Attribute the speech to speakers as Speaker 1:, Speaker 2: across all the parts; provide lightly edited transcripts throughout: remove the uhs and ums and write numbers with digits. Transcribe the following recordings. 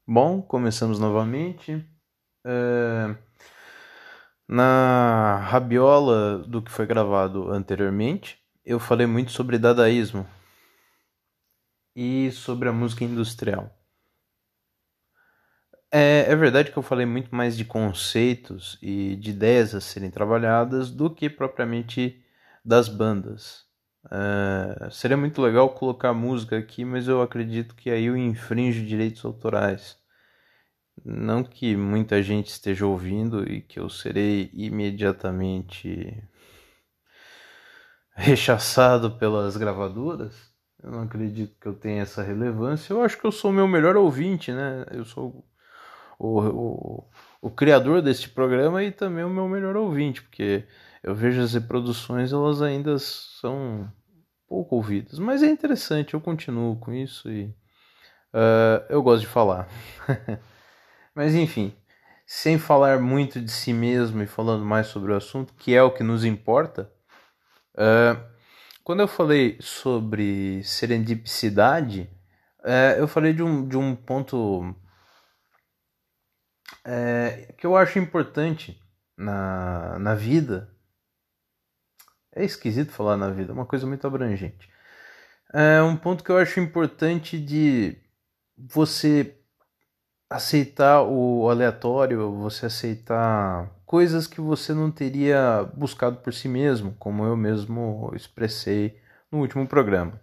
Speaker 1: Bom, começamos novamente. É, Na rabiola do que foi gravado anteriormente, eu falei muito sobre dadaísmo e sobre a música industrial. É verdade que eu falei muito mais de conceitos e de ideias a serem trabalhadas do que propriamente das bandas. Seria muito legal colocar música aqui, mas eu acredito que aí eu infrinjo direitos autorais. Não que muita gente esteja ouvindo e que eu serei imediatamente rechaçado pelas gravadoras. Eu não acredito que eu tenha essa relevância. Eu acho que eu sou o meu melhor ouvinte, né? Eu sou o criador deste programa e também o meu melhor ouvinte, porque eu vejo as reproduções, elas ainda são pouco ouvidas. Mas é interessante, eu continuo com isso e eu gosto de falar. Mas enfim, sem falar muito de si mesmo e falando mais sobre o assunto, que é o que nos importa, quando eu falei sobre serendipicidade, eu falei de um ponto que eu acho importante na vida. É esquisito falar na vida, é uma coisa muito abrangente. É um ponto que eu acho importante de você aceitar o aleatório, você aceitar coisas que você não teria buscado por si mesmo, como eu mesmo expressei no último programa.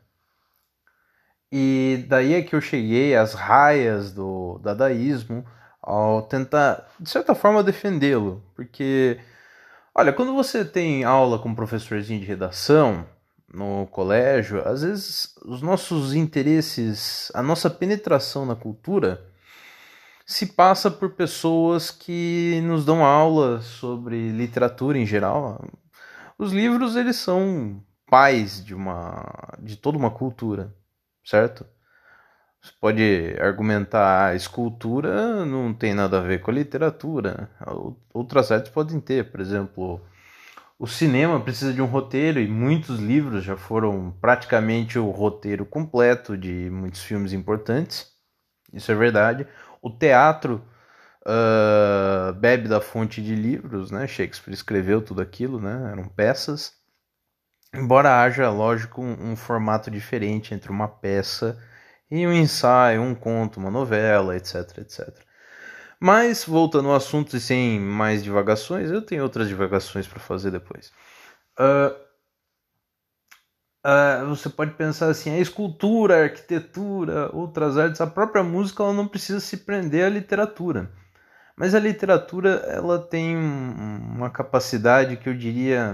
Speaker 1: E daí é que eu cheguei às raias do dadaísmo ao tentar, de certa forma, defendê-lo. Porque, olha, quando você tem aula com um professorzinho de redação no colégio, às vezes os nossos interesses, a nossa penetração na cultura se passa por pessoas que nos dão aula sobre literatura em geral. Os livros, eles são pais de toda uma cultura, certo? Você pode argumentar a escultura não tem nada a ver com a literatura. Outras artes podem ter, por exemplo, o cinema precisa de um roteiro e muitos livros já foram praticamente o roteiro completo de muitos filmes importantes. Isso é verdade. O teatro bebe da fonte de livros, né? Shakespeare escreveu tudo aquilo, né? Eram peças. Embora haja, lógico, um formato diferente entre uma peça e um ensaio, um conto, uma novela, etc, etc. Mas, voltando ao assunto e sem mais divagações, eu tenho outras divagações para fazer depois. Uh, Você pode pensar assim, a escultura, a arquitetura, outras artes, a própria música ela não precisa se prender à literatura. Mas a literatura ela tem uma capacidade que eu diria,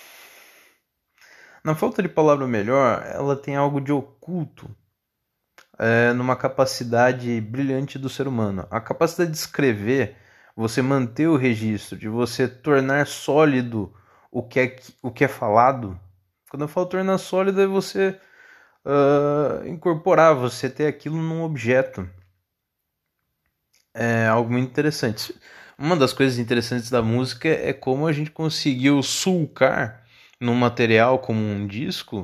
Speaker 1: na falta de palavra melhor, ela tem algo de oculto numa capacidade brilhante do ser humano. A capacidade de escrever, você manter o registro, de você tornar sólido o que é falado. Quando eu falo tornar sólido, é você incorporar, você ter aquilo num objeto. É algo muito interessante. Uma das coisas interessantes da música é como a gente conseguiu sulcar num material como um disco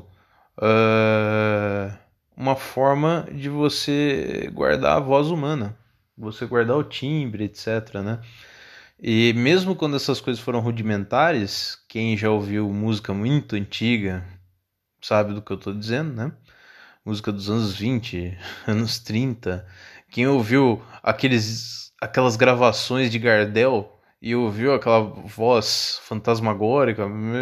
Speaker 1: uma forma de você guardar a voz humana, você guardar o timbre, etc, né? E mesmo quando essas coisas foram rudimentares, quem já ouviu música muito antiga sabe do que eu estou dizendo, né? Música dos anos 20, anos 30. Quem ouviu aquelas gravações de Gardel e ouviu aquela voz fantasmagórica,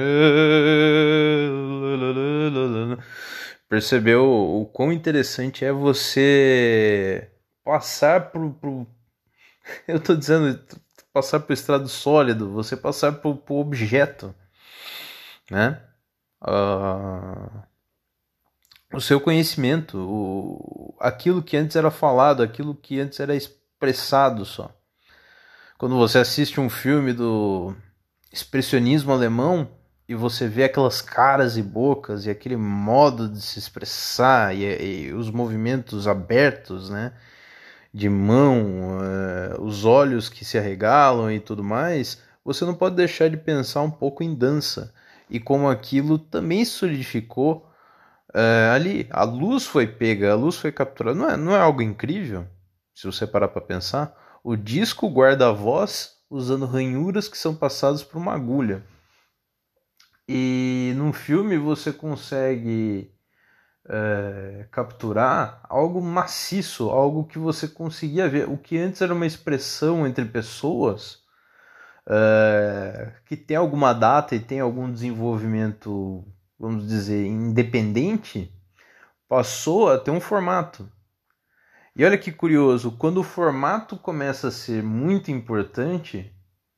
Speaker 1: percebeu o quão interessante é você passar eu tô dizendo, passar pro estado sólido, você passar pro objeto, né? Ah, o seu conhecimento, aquilo que antes era falado, aquilo que antes era expressado só. Quando você assiste um filme do expressionismo alemão e você vê aquelas caras e bocas e aquele modo de se expressar e os movimentos abertos, né, de mão, os olhos que se arregalam e tudo mais, você não pode deixar de pensar um pouco em dança e como aquilo também solidificou ali. A luz foi pega, a luz foi capturada. Não é algo incrível? se você parar para pensar, o disco guarda a voz usando ranhuras que são passadas por uma agulha. E num filme você consegue capturar algo maciço, algo que você conseguia ver. O que antes era uma expressão entre pessoas, que tem alguma data e tem algum desenvolvimento, vamos dizer, independente, passou a ter um formato. E olha que curioso, quando o formato começa a ser muito importante,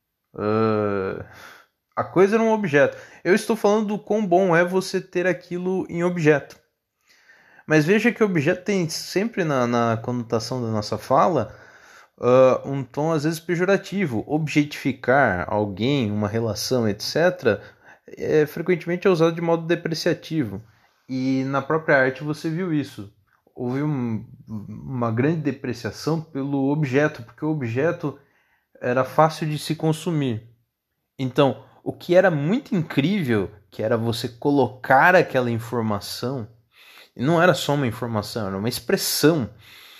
Speaker 1: a coisa era um objeto. Eu estou falando do quão bom é você ter aquilo em objeto. Mas veja que o objeto tem sempre na conotação da nossa fala um tom às vezes pejorativo. Objetificar alguém, uma relação, etc., frequentemente é usado de modo depreciativo. E na própria arte você viu isso. Houve uma grande depreciação pelo objeto, porque o objeto era fácil de se consumir. Então, o que era muito incrível, que era você colocar aquela informação, e não era só uma informação, era uma expressão.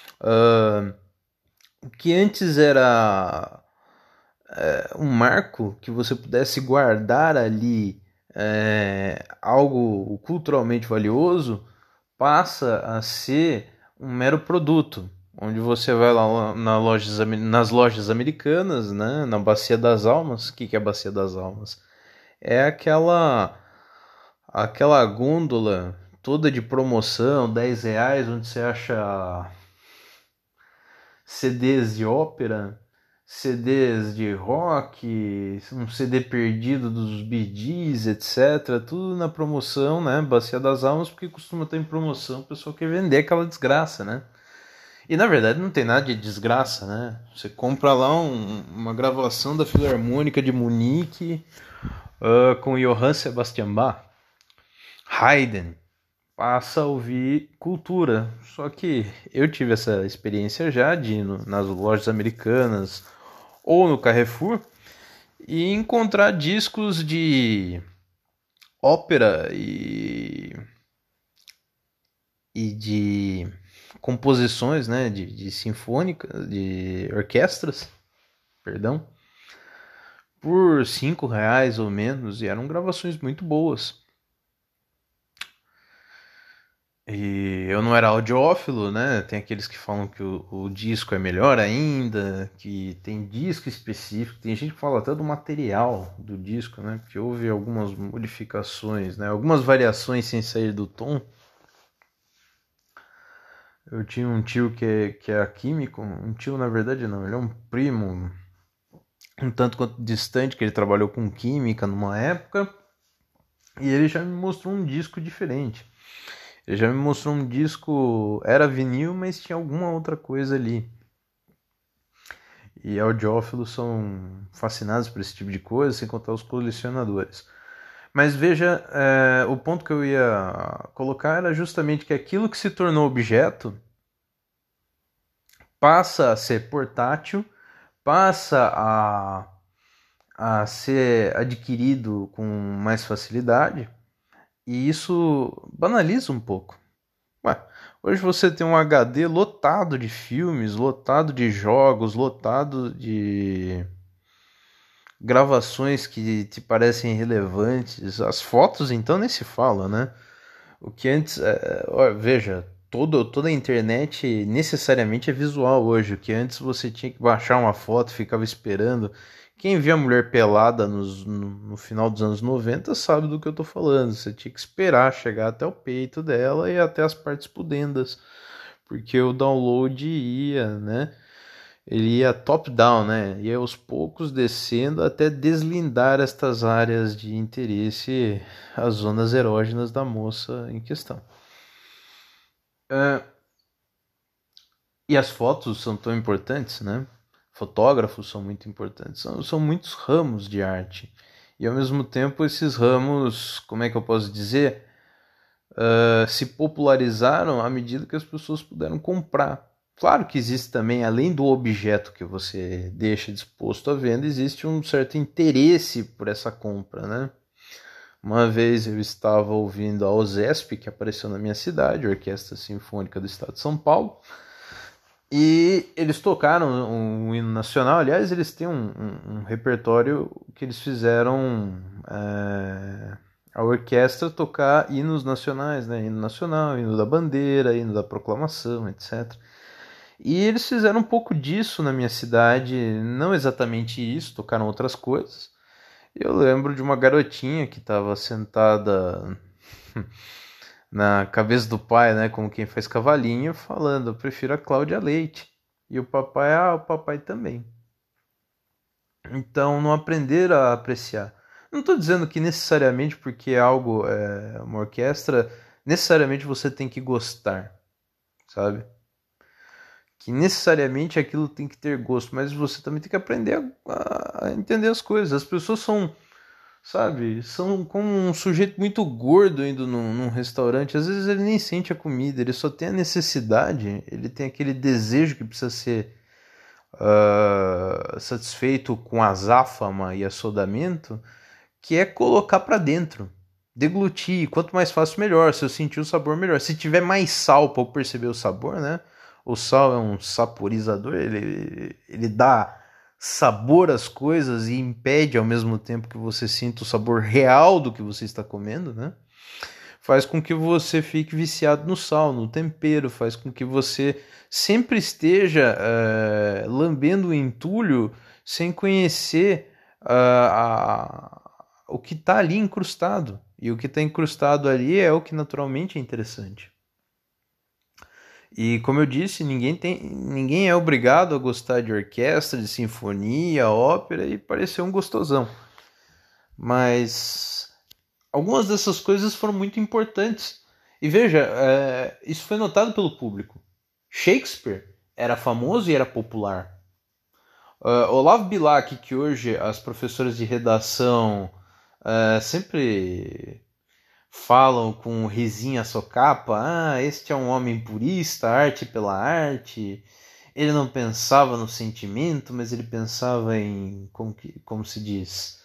Speaker 1: O que antes era um marco que você pudesse guardar ali algo culturalmente valioso, passa a ser um mero produto, onde você vai lá nas lojas americanas, né, na Bacia das Almas. O que é a Bacia das Almas? É aquela gôndola toda de promoção, R$ 10, onde você acha CDs de ópera, CDs de rock, um CD perdido dos Bee Gees, etc. Tudo na promoção, né? Bacia das Almas, porque costuma estar em promoção, o pessoal quer vender aquela desgraça, né? E na verdade não tem nada de desgraça, né? Você compra lá uma gravação da Filarmônica de Munique com Johann Sebastian Bach, Haydn, passa a ouvir cultura. Só que eu tive essa experiência já de ir nas lojas americanas ou no Carrefour e encontrar discos de ópera e de composições, né, de sinfônicas, de orquestras, perdão, por R$ 5 ou menos, e eram gravações muito boas. E eu não era audiófilo, né? Tem aqueles que falam que o disco é melhor ainda, que tem disco específico, tem gente que fala até do material do disco, né? Que houve algumas modificações, né? Algumas variações sem sair do tom. Eu tinha um tio que era químico, um tio na verdade não, ele é um primo, um tanto quanto distante, que ele trabalhou com química numa época, e ele já me mostrou um disco diferente. Ele já me mostrou um disco, era vinil, mas tinha alguma outra coisa ali. E audiófilos são fascinados por esse tipo de coisa, sem contar os colecionadores. Mas veja, o ponto que eu ia colocar era justamente que aquilo que se tornou objeto passa a ser portátil, passa a ser adquirido com mais facilidade, e isso banaliza um pouco. Ué, hoje você tem um HD lotado de filmes, lotado de jogos, lotado de gravações que te parecem relevantes. As fotos, então, nem se fala, né? O que antes... veja, toda a internet necessariamente é visual hoje. O que antes você tinha que baixar uma foto, ficava esperando. Quem via a mulher pelada no final dos anos 90 sabe do que eu tô falando. Você tinha que esperar chegar até o peito dela e até as partes pudendas. Porque o download ia, né? Ele ia top-down, né? Ia aos poucos descendo até deslindar estas áreas de interesse, as zonas erógenas da moça em questão. E as fotos são tão importantes, né? Fotógrafos são muito importantes. São muitos ramos de arte. E ao mesmo tempo esses ramos, como é que eu posso dizer, se popularizaram à medida que as pessoas puderam comprar. Claro que existe também, além do objeto que você deixa disposto à venda, existe um certo interesse por essa compra, né? Uma vez eu estava ouvindo a OSESP, que apareceu na minha cidade, a Orquestra Sinfônica do Estado de São Paulo, E eles tocaram um hino nacional. Aliás, eles têm um repertório que eles fizeram a orquestra tocar hinos nacionais, né? Hino nacional, hino da bandeira, hino da proclamação, etc. E eles fizeram um pouco disso na minha cidade, não exatamente isso, tocaram outras coisas. Eu lembro de uma garotinha que estava sentada na cabeça do pai, né, como quem faz cavalinho, falando: eu prefiro a Cláudia Leite. E o papai: o papai também. Então não aprenderam a apreciar. Não estou dizendo que necessariamente porque é algo, uma orquestra, necessariamente você tem que gostar, sabe? Que necessariamente aquilo tem que ter gosto, mas você também tem que aprender a entender as coisas. As pessoas são, sabe, são como um sujeito muito gordo indo num restaurante. Às vezes ele nem sente a comida, ele só tem a necessidade, ele tem aquele desejo que precisa ser satisfeito com azáfama e assodamento, que é colocar para dentro, deglutir. Quanto mais fácil, melhor. Se eu sentir o sabor, melhor. Se tiver mais sal para eu perceber o sabor, né? O sal é um saborizador, ele dá sabor às coisas e impede ao mesmo tempo que você sinta o sabor real do que você está comendo, né? Faz com que você fique viciado no sal, no tempero, faz com que você sempre esteja lambendo o entulho sem conhecer o que está ali incrustado. E o que está incrustado ali é o que naturalmente é interessante. E como eu disse, ninguém é obrigado a gostar de orquestra, de sinfonia, ópera e parecer um gostosão. Mas algumas dessas coisas foram muito importantes. E veja, isso foi notado pelo público. Shakespeare era famoso e era popular. Olavo Bilac, que hoje as professoras de redação sempre falam com um risinho à socapa: este é um homem purista, arte pela arte. Ele não pensava no sentimento, mas ele pensava em, como se diz,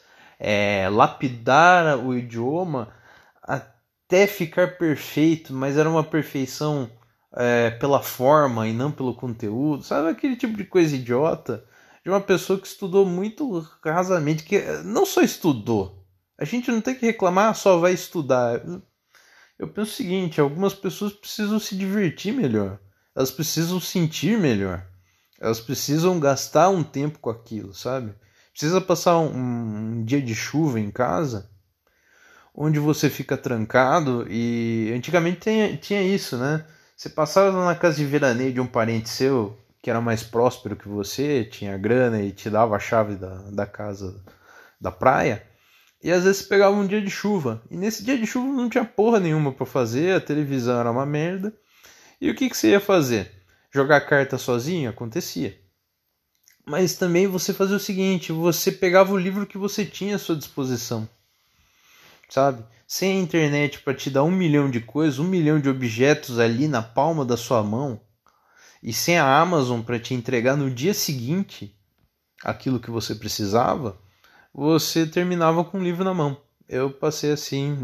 Speaker 1: lapidar o idioma até ficar perfeito, mas era uma perfeição pela forma e não pelo conteúdo. Sabe aquele tipo de coisa idiota de uma pessoa que estudou muito rasamente, que não só estudou. A gente não tem que reclamar, só vai estudar. Eu penso o seguinte: algumas pessoas precisam se divertir melhor. Elas precisam sentir melhor. Elas precisam gastar um tempo com aquilo, sabe? Precisa passar um dia de chuva em casa, onde você fica trancado. E antigamente tinha isso, né? Você passava na casa de veraneio de um parente seu que era mais próspero que você, tinha grana e te dava a chave da casa da praia. E às vezes pegava um dia de chuva. E nesse dia de chuva não tinha porra nenhuma para fazer, a televisão era uma merda. E o que você ia fazer? Jogar carta sozinho? Acontecia. Mas também você fazia o seguinte: você pegava o livro que você tinha à sua disposição, sabe? Sem a internet para te dar 1 milhão de coisas, 1 milhão de objetos ali na palma da sua mão, e sem a Amazon para te entregar no dia seguinte aquilo que você precisava, você terminava com um livro na mão. Eu passei assim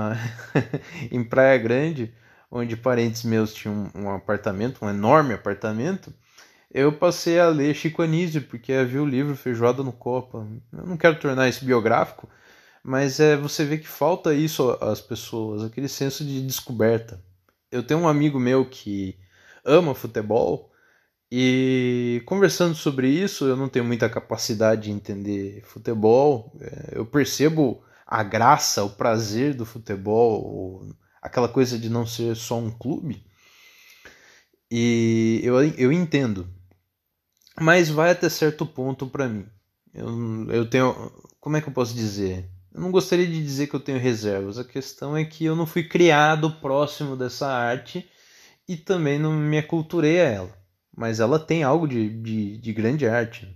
Speaker 1: em Praia Grande, onde parentes meus tinham um apartamento, um enorme apartamento. Eu passei a ler Chico Anísio, porque havia o livro Feijoada no Copa. Eu não quero tornar isso biográfico, mas você vê que falta isso às pessoas, aquele senso de descoberta. Eu tenho um amigo meu que ama futebol, e conversando sobre isso, eu não tenho muita capacidade de entender futebol. Eu percebo a graça, o prazer do futebol, aquela coisa de não ser só um clube. E eu entendo. Mas vai até certo ponto para mim. Eu tenho. Como é que eu posso dizer? Eu não gostaria de dizer que eu tenho reservas. A questão é que eu não fui criado próximo dessa arte e também não me aculturei a ela. Mas ela tem algo de grande arte.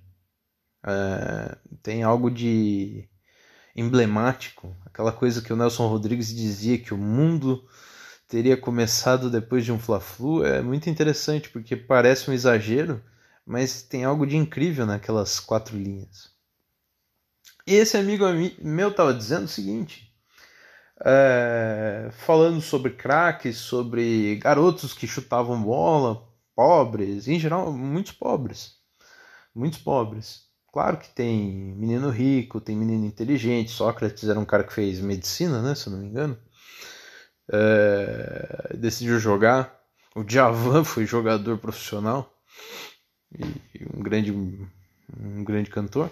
Speaker 1: Tem algo de emblemático. Aquela coisa que o Nelson Rodrigues dizia, que o mundo teria começado depois de um Fla-Flu. É muito interessante, porque parece um exagero, mas tem algo de incrível naquelas 4 linhas. E esse amigo meu estava dizendo o seguinte, falando sobre craques, sobre garotos que chutavam bola, pobres, em geral, muitos pobres. Muitos pobres. Claro que tem menino rico, tem menino inteligente. Sócrates era um cara que fez medicina, né? Se eu não me engano. Decidiu jogar. O Djavan foi jogador profissional e um grande cantor.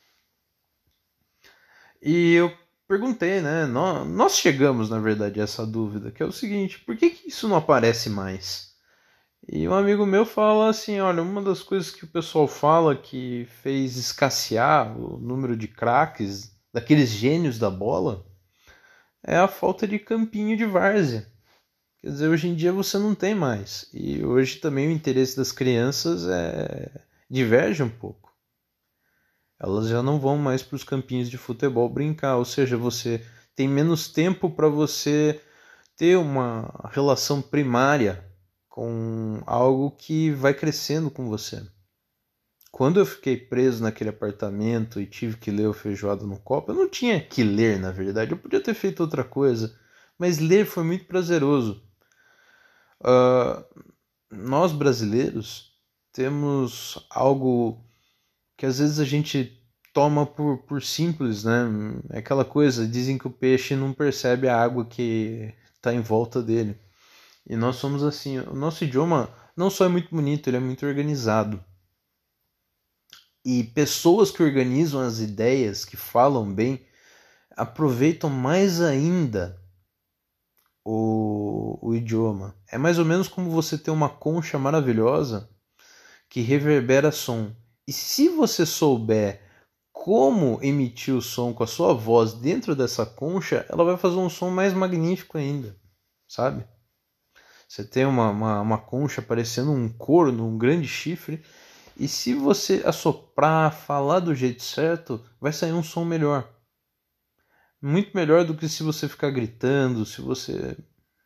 Speaker 1: E eu perguntei, né? Nós chegamos, na verdade, a essa dúvida, que é o seguinte: por que isso não aparece mais? E um amigo meu fala assim: olha, uma das coisas que o pessoal fala que fez escassear o número de craques, daqueles gênios da bola, é a falta de campinho de várzea. Quer dizer, hoje em dia você não tem mais. E hoje também o interesse das crianças diverge um pouco. Elas já não vão mais para os campinhos de futebol brincar, ou seja, você tem menos tempo para você ter uma relação primária com algo que vai crescendo com você. Quando eu fiquei preso naquele apartamento e tive que ler o Feijoada no Copo, eu não tinha que ler, na verdade, eu podia ter feito outra coisa, mas ler foi muito prazeroso. Uh, Nós brasileiros temos algo que às vezes a gente toma por simples, né? É aquela coisa, dizem que o peixe não percebe a água que está em volta dele. E nós somos assim, o nosso idioma não só é muito bonito, ele é muito organizado. E pessoas que organizam as ideias, que falam bem, aproveitam mais ainda o idioma. É mais ou menos como você ter uma concha maravilhosa que reverbera som. E se você souber como emitir o som com a sua voz dentro dessa concha, ela vai fazer um som mais magnífico ainda, sabe? Você tem uma concha parecendo um corno, um grande chifre, e se você assoprar, falar do jeito certo, vai sair um som melhor. Muito melhor do que se você ficar gritando, se você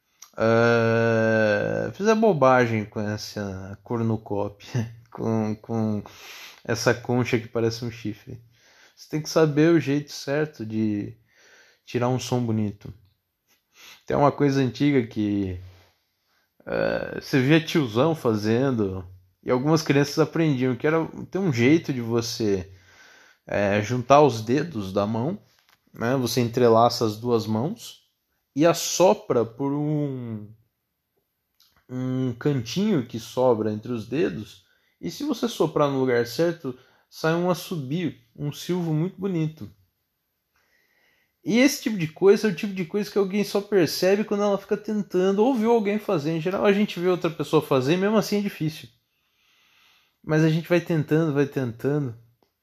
Speaker 1: fizer bobagem com essa cornucópia, com essa concha que parece um chifre. Você tem que saber o jeito certo de tirar um som bonito. Tem uma coisa antiga que você via tiozão fazendo e algumas crianças aprendiam que era ter um jeito de você juntar os dedos da mão, né? Você entrelaça as duas mãos e assopra por um cantinho que sobra entre os dedos, e se você soprar no lugar certo, sai um assobio, um silvo muito bonito. E esse tipo de coisa é o tipo de coisa que alguém só percebe quando ela fica tentando ou viu alguém fazer. Em geral a gente vê outra pessoa fazer e mesmo assim é difícil. Mas a gente vai tentando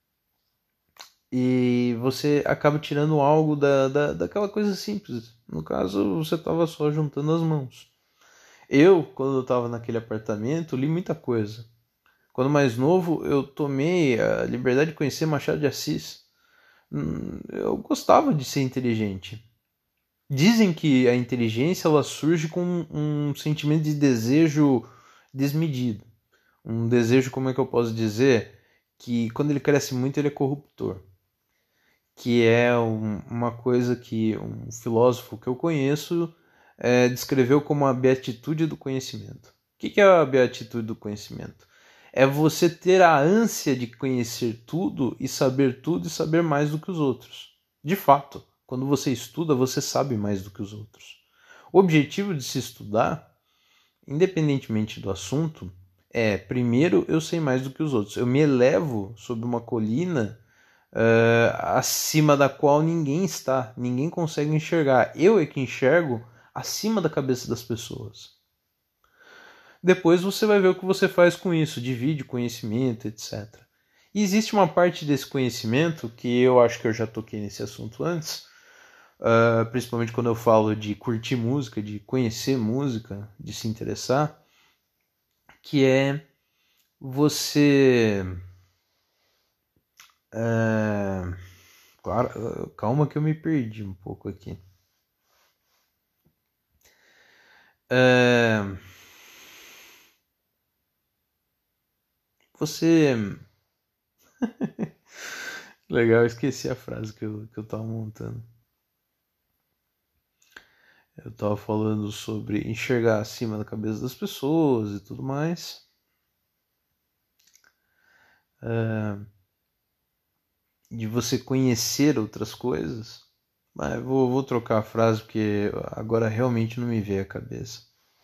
Speaker 1: e você acaba tirando algo daquela coisa simples. No caso, você estava só juntando as mãos. Eu, quando eu estava naquele apartamento, li muita coisa. Quando mais novo, eu tomei a liberdade de conhecer Machado de Assis. Eu gostava de ser inteligente. Dizem que a inteligência ela surge com um sentimento de desejo desmedido. Um desejo, como é que eu posso dizer? Que quando ele cresce muito, ele é corruptor. Que é uma coisa que um filósofo que eu conheço descreveu como a beatitude do conhecimento. O que é a beatitude do conhecimento? É você ter a ânsia de conhecer tudo e saber mais do que os outros. De fato, quando você estuda, você sabe mais do que os outros. O objetivo de se estudar, independentemente do assunto, primeiro, eu sei mais do que os outros. Eu me elevo sobre uma colina acima da qual ninguém está, ninguém consegue enxergar. Eu é que enxergo acima da cabeça das pessoas. Depois você vai ver o que você faz com isso, divide conhecimento, etc. E existe uma parte desse conhecimento que eu acho que eu já toquei nesse assunto antes, principalmente quando eu falo de curtir música, de conhecer música, de se interessar, que é você claro, calma que eu me perdi um pouco aqui. Você. Legal, eu esqueci a frase que eu tava montando. Eu tava falando sobre enxergar acima da cabeça das pessoas e tudo mais. de você conhecer outras coisas. Mas vou trocar a frase porque agora realmente não me veio a cabeça.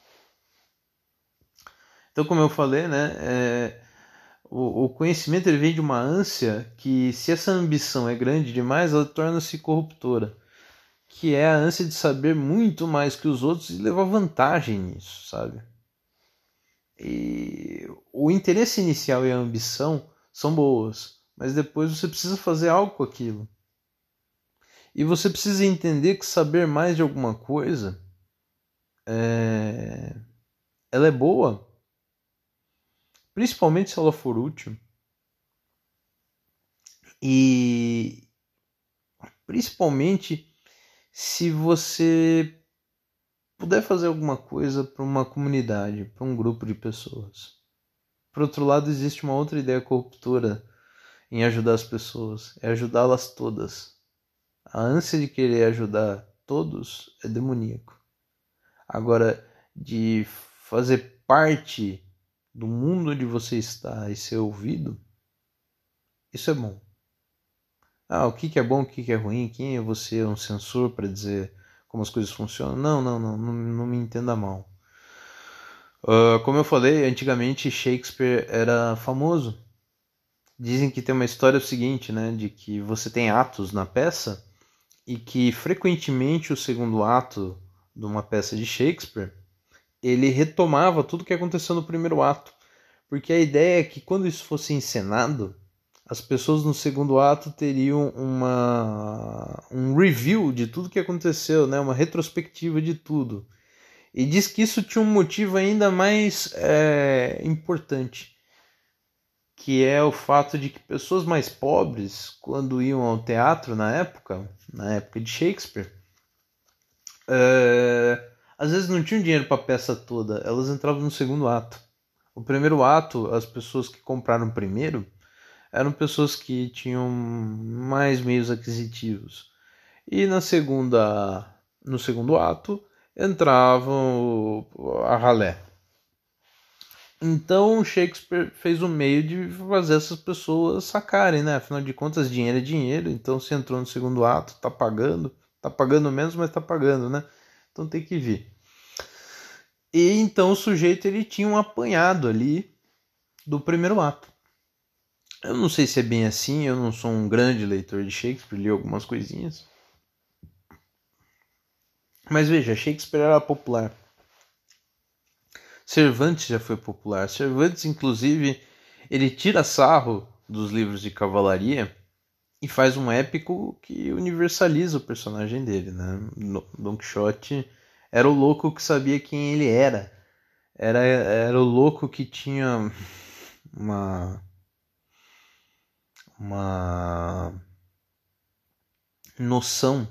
Speaker 1: Então, como eu falei, né, o conhecimento ele vem de uma ânsia que, se essa ambição é grande demais, ela torna-se corruptora, que é a ânsia de saber muito mais que os outros e levar vantagem nisso, sabe? E o interesse inicial e a ambição são boas, mas depois você precisa fazer algo com aquilo. E você precisa entender que saber mais de alguma coisa ela é boa, principalmente se ela for útil. E principalmente se você puder fazer alguma coisa para uma comunidade, para um grupo de pessoas. Por outro lado, existe uma outra ideia corruptora em ajudar as pessoas, é ajudá-las todas. A ânsia de querer ajudar todos é demoníaco. Agora, de fazer parte do mundo onde você está e ser ouvido, isso é bom. O que é bom, o que é ruim, quem é você, um censor para dizer como as coisas funcionam? Não me entenda mal. Como eu falei, antigamente Shakespeare era famoso. Dizem que tem uma história seguinte, né, de que você tem atos na peça e que frequentemente o segundo ato de uma peça de Shakespeare ele retomava tudo que aconteceu no primeiro ato, porque a ideia é que quando isso fosse encenado, as pessoas no segundo ato teriam um review de tudo que aconteceu, né, uma retrospectiva de tudo. E diz que isso tinha um motivo ainda mais importante, que é o fato de que pessoas mais pobres, quando iam ao teatro na época de Shakespeare, às vezes não tinham dinheiro para a peça toda, elas entravam no segundo ato. O primeiro ato, as pessoas que compraram primeiro eram pessoas que tinham mais meios aquisitivos. E no segundo ato entravam a ralé. Então Shakespeare fez um meio de fazer essas pessoas sacarem, né? Afinal de contas, dinheiro é dinheiro. Então, se entrou no segundo ato, tá pagando menos, mas tá pagando, né? Então tem que vir. E então o sujeito ele tinha um apanhado ali do primeiro ato. Eu não sei se é bem assim, eu não sou um grande leitor de Shakespeare, li algumas coisinhas. Mas veja, Shakespeare era popular. Cervantes já foi popular. Cervantes, inclusive, ele tira sarro dos livros de cavalaria e faz um épico que universaliza o personagem dele, né? Don Quixote era o louco que sabia quem ele era. Era o louco que tinha uma noção,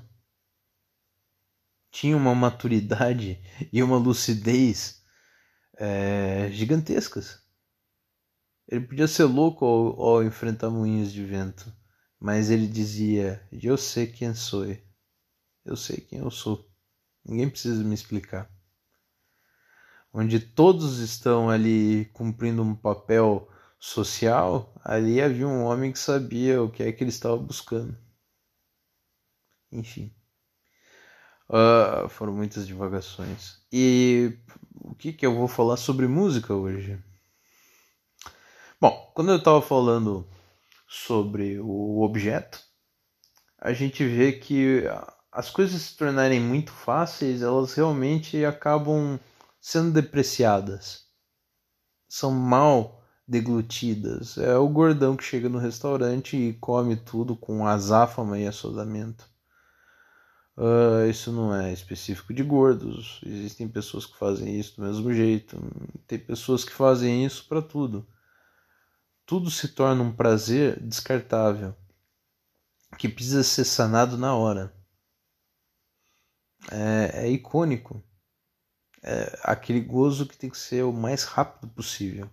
Speaker 1: tinha uma maturidade e uma lucidez gigantescas. Ele podia ser louco ao enfrentar moinhos de vento, mas ele dizia: eu sei quem sou, eu sei quem eu sou, ninguém precisa me explicar. Onde todos estão ali cumprindo um papel social, ali havia um homem que sabia o que é que ele estava buscando. Enfim, foram muitas divagações. E o que eu vou falar sobre música hoje? Bom, quando eu estava falando sobre o objeto, a gente vê que as coisas se tornarem muito fáceis, elas realmente acabam sendo depreciadas. São mal deglutidas. É o gordão que chega no restaurante e come tudo com azáfama e assodamento. Isso não é específico de gordos. Existem pessoas que fazem isso do mesmo jeito. Tem pessoas que fazem isso para tudo. Tudo se torna um prazer descartável, que precisa ser sanado na hora. É icônico. É aquele gozo que tem que ser o mais rápido possível.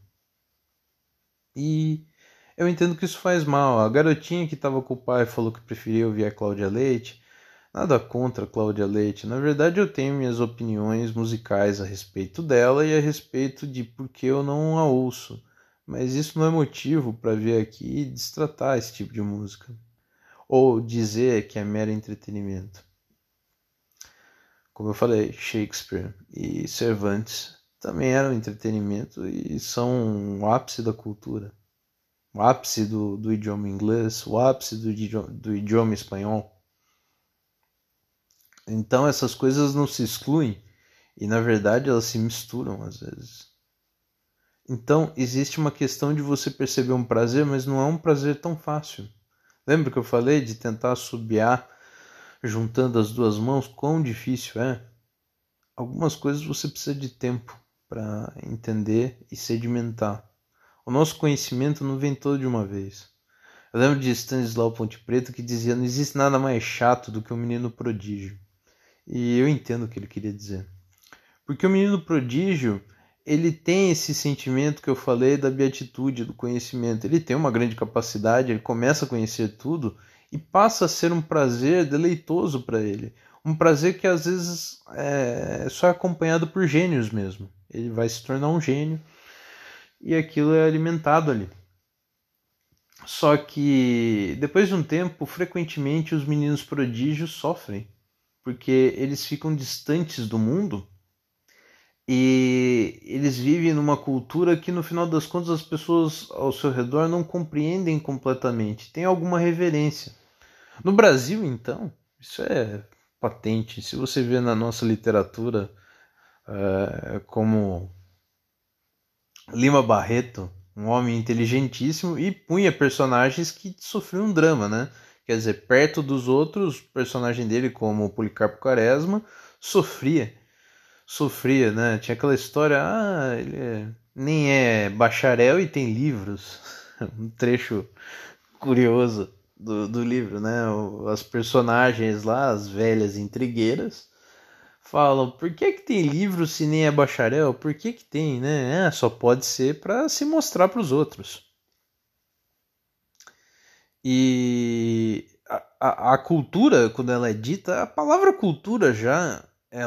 Speaker 1: E eu entendo que isso faz mal. A garotinha que estava com o pai falou que preferia ouvir a Cláudia Leite. Nada contra a Cláudia Leite. Na verdade, eu tenho minhas opiniões musicais a respeito dela e a respeito de por que eu não a ouço. mas isso não é motivo para vir aqui e destratar esse tipo de música. Ou dizer que é mero entretenimento. Como eu falei, Shakespeare e Cervantes também eram entretenimento e são o ápice da cultura. O ápice do idioma inglês, o ápice do idioma espanhol. Então essas coisas não se excluem e na verdade elas se misturam às vezes. Então existe uma questão de você perceber um prazer, mas não é um prazer tão fácil. Lembra que eu falei de tentar assobiar juntando as duas mãos? Quão difícil é? Algumas coisas você precisa de tempo para entender e sedimentar. O nosso conhecimento não vem todo de uma vez. Eu lembro de Stanislau Ponte Preta que dizia: não existe nada mais chato do que um menino prodígio. E eu entendo o que ele queria dizer. Porque o menino prodígio, ele tem esse sentimento que eu falei da beatitude, do conhecimento. Ele tem uma grande capacidade, ele começa a conhecer tudo e passa a ser um prazer deleitoso para ele. Um prazer que às vezes só é acompanhado por gênios mesmo. Ele vai se tornar um gênio e aquilo é alimentado ali. Só que depois de um tempo, frequentemente os meninos prodígios sofrem, porque eles ficam distantes do mundo e eles vivem numa cultura que no final das contas as pessoas ao seu redor não compreendem completamente, tem alguma reverência. No Brasil, então, isso é patente. Se você vê na nossa literatura como Lima Barreto, um homem inteligentíssimo e punha personagens que sofriam um drama, né? Quer dizer, perto dos outros, o personagem dele, como o Policarpo Quaresma, sofria, né? Tinha aquela história, nem é bacharel e tem livros. Um trecho curioso do livro, né? As personagens lá, as velhas intrigueiras, falam: por que tem livro se nem é bacharel? Por que tem, né? Só pode ser para se mostrar para os outros. E a cultura, quando ela é dita, a palavra cultura já,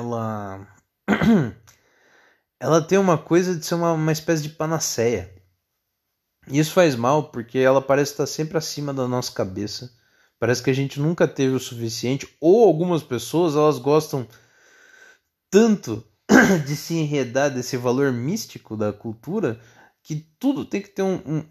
Speaker 1: ela tem uma coisa de ser uma espécie de panaceia. E isso faz mal porque ela parece estar sempre acima da nossa cabeça. Parece que a gente nunca teve o suficiente, ou algumas pessoas elas gostam tanto de se enredar desse valor místico da cultura que tudo tem que ter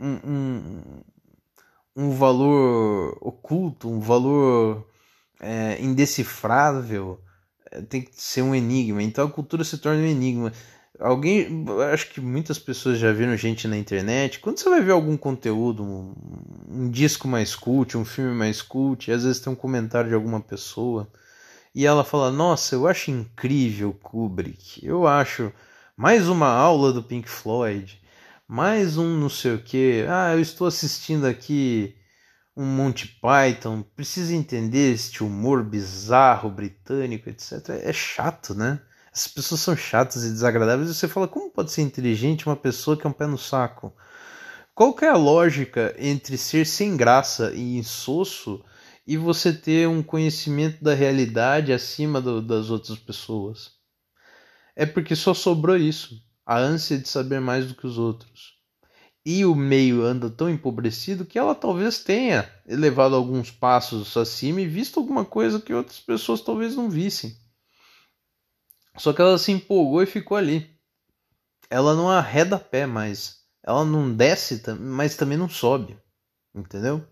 Speaker 1: um valor oculto, um valor indecifrável, tem que ser um enigma. Então a cultura se torna um enigma. Acho que muitas pessoas já viram gente na internet. Quando você vai ver algum conteúdo, um disco mais cult, um filme mais cult, às vezes tem um comentário de alguma pessoa e ela fala: nossa, eu acho incrível Kubrick, eu acho mais uma aula do Pink Floyd, mais um não sei o que, eu estou assistindo aqui um Monty Python, precisa entender este humor bizarro britânico, etc. É chato, né? As pessoas são chatas e desagradáveis e você fala: como pode ser inteligente uma pessoa que é um pé no saco? Qual que é a lógica entre ser sem graça e insosso e você ter um conhecimento da realidade acima das outras pessoas? É porque só sobrou isso, a ânsia de saber mais do que os outros. E o meio anda tão empobrecido que ela talvez tenha elevado alguns passos acima e visto alguma coisa que outras pessoas talvez não vissem. Só que ela se empolgou e ficou ali. Ela não arreda pé mais. Ela não desce, mas também não sobe. Entendeu?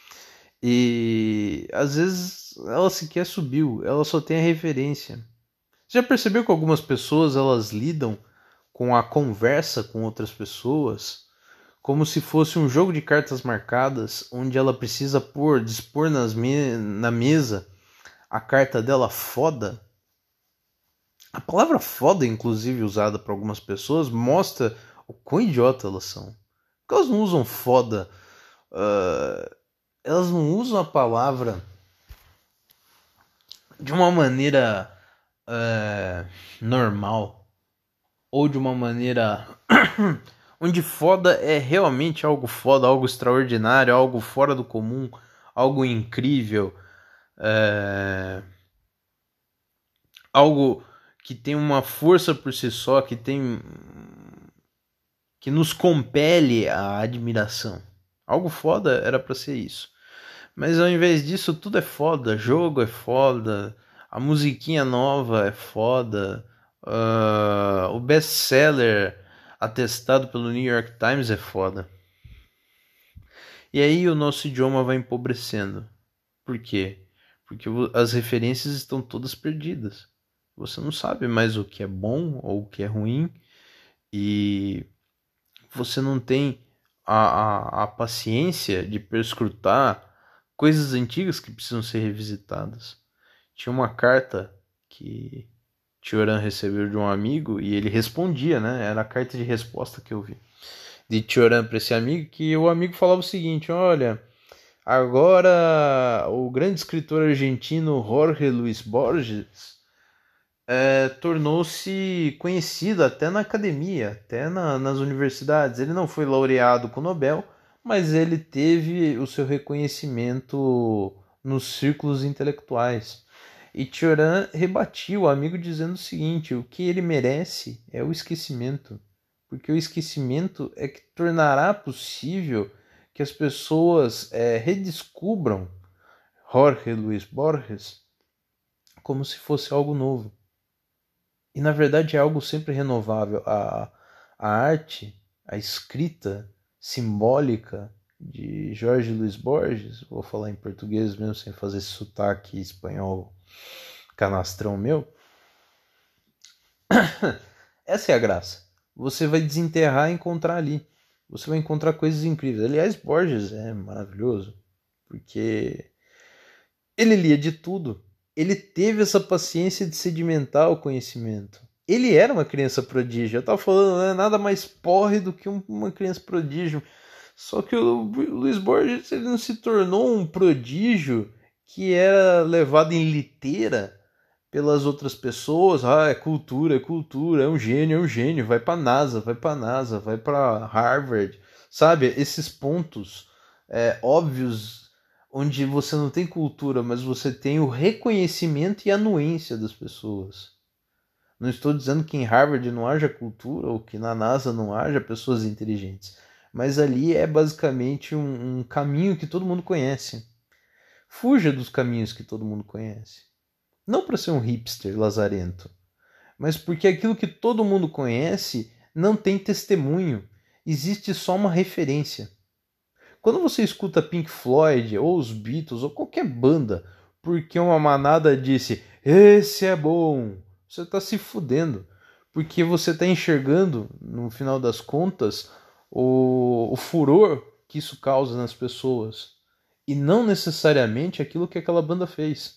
Speaker 1: E às vezes ela sequer subiu. Ela só tem a referência. Você já percebeu que algumas pessoas elas lidam com a conversa com outras pessoas como se fosse um jogo de cartas marcadas, onde ela precisa dispor na mesa a carta dela foda? A palavra foda, inclusive usada por algumas pessoas, mostra o quão idiota elas são. Porque elas não usam foda, elas não usam a palavra de uma maneira normal, ou de uma maneira onde foda é realmente algo foda, algo extraordinário, algo fora do comum, algo incrível, algo que tem uma força por si só, que tem que nos compele à admiração. Algo foda era pra ser isso. Mas ao invés disso, tudo é foda. Jogo é foda, a musiquinha nova é foda, o best-seller atestado pelo New York Times é foda. E aí o nosso idioma vai empobrecendo. Por quê? Porque as referências estão todas perdidas. Você não sabe mais o que é bom ou o que é ruim. E você não tem a paciência de perscrutar coisas antigas que precisam ser revisitadas. Tinha uma carta que Tioran recebeu de um amigo e ele respondia, né? Era a carta de resposta que eu vi de Tioran para esse amigo, que o amigo falava o seguinte: olha, agora o grande escritor argentino Jorge Luis Borges tornou-se conhecido até na academia, até nas universidades. Ele não foi laureado com o Nobel, mas ele teve o seu reconhecimento nos círculos intelectuais. E Tioran rebatia o amigo dizendo o seguinte: o que ele merece é o esquecimento, porque o esquecimento é que tornará possível que as pessoas redescubram Jorge Luis Borges como se fosse algo novo. E na verdade é algo sempre renovável. A arte, a escrita simbólica de Jorge Luis Borges, vou falar em português mesmo sem fazer esse sotaque espanhol canastrão meu. Essa é a graça. Você vai desenterrar e encontrar ali. Você vai encontrar coisas incríveis. Aliás, Borges é maravilhoso, porque ele lia de tudo. Ele teve essa paciência de sedimentar o conhecimento. Ele era uma criança prodígio. Eu estava falando, né, nada mais porre do que uma criança prodígio. Só que o Luiz Borges ele não se tornou um prodígio que era levado em liteira pelas outras pessoas. Ah, é cultura, é um gênio, vai para NASA, vai para Harvard. Sabe, esses pontos óbvios onde você não tem cultura, mas você tem o reconhecimento e a anuência das pessoas. Não estou dizendo que em Harvard não haja cultura ou que na NASA não haja pessoas inteligentes, mas ali é basicamente um caminho que todo mundo conhece. Fuja dos caminhos que todo mundo conhece. Não para ser um hipster lazarento, mas porque aquilo que todo mundo conhece não tem testemunho, existe só uma referência. Quando você escuta Pink Floyd, ou os Beatles, ou qualquer banda, porque uma manada disse, esse é bom, você está se fudendo. Porque você está enxergando, no final das contas, o furor que isso causa nas pessoas. E não necessariamente aquilo que aquela banda fez.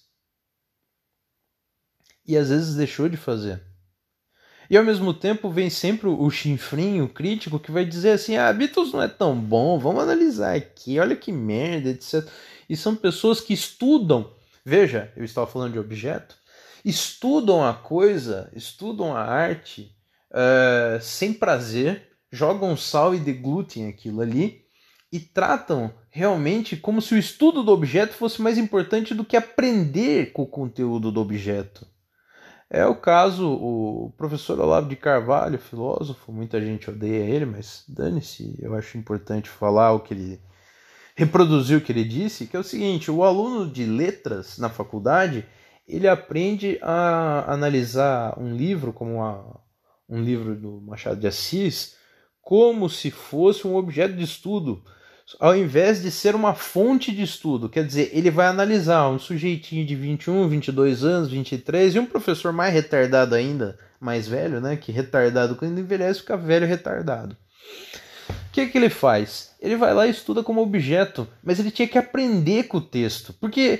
Speaker 1: E às vezes deixou de fazer. E ao mesmo tempo vem sempre o chinfrinho, o crítico, que vai dizer assim, Beatles não é tão bom, vamos analisar aqui, olha que merda, etc. E são pessoas que estudam, veja, eu estava falando de objeto, estudam a coisa, estudam a arte sem prazer, jogam sal e deglutem aquilo ali e tratam realmente como se o estudo do objeto fosse mais importante do que aprender com o conteúdo do objeto. É o caso, o professor Olavo de Carvalho, filósofo, muita gente odeia ele, mas dane-se, eu acho importante falar o que ele reproduziu, o que ele disse, que é o seguinte, o aluno de letras na faculdade, ele aprende a analisar um livro, como um livro do Machado de Assis, como se fosse um objeto de estudo, ao invés de ser uma fonte de estudo. Quer dizer, ele vai analisar um sujeitinho de 21, 22 anos, 23, e um professor mais retardado ainda, mais velho, né? Que retardado, quando envelhece, fica velho retardado. O que ele faz? Ele vai lá e estuda como objeto, mas ele tinha que aprender com o texto, porque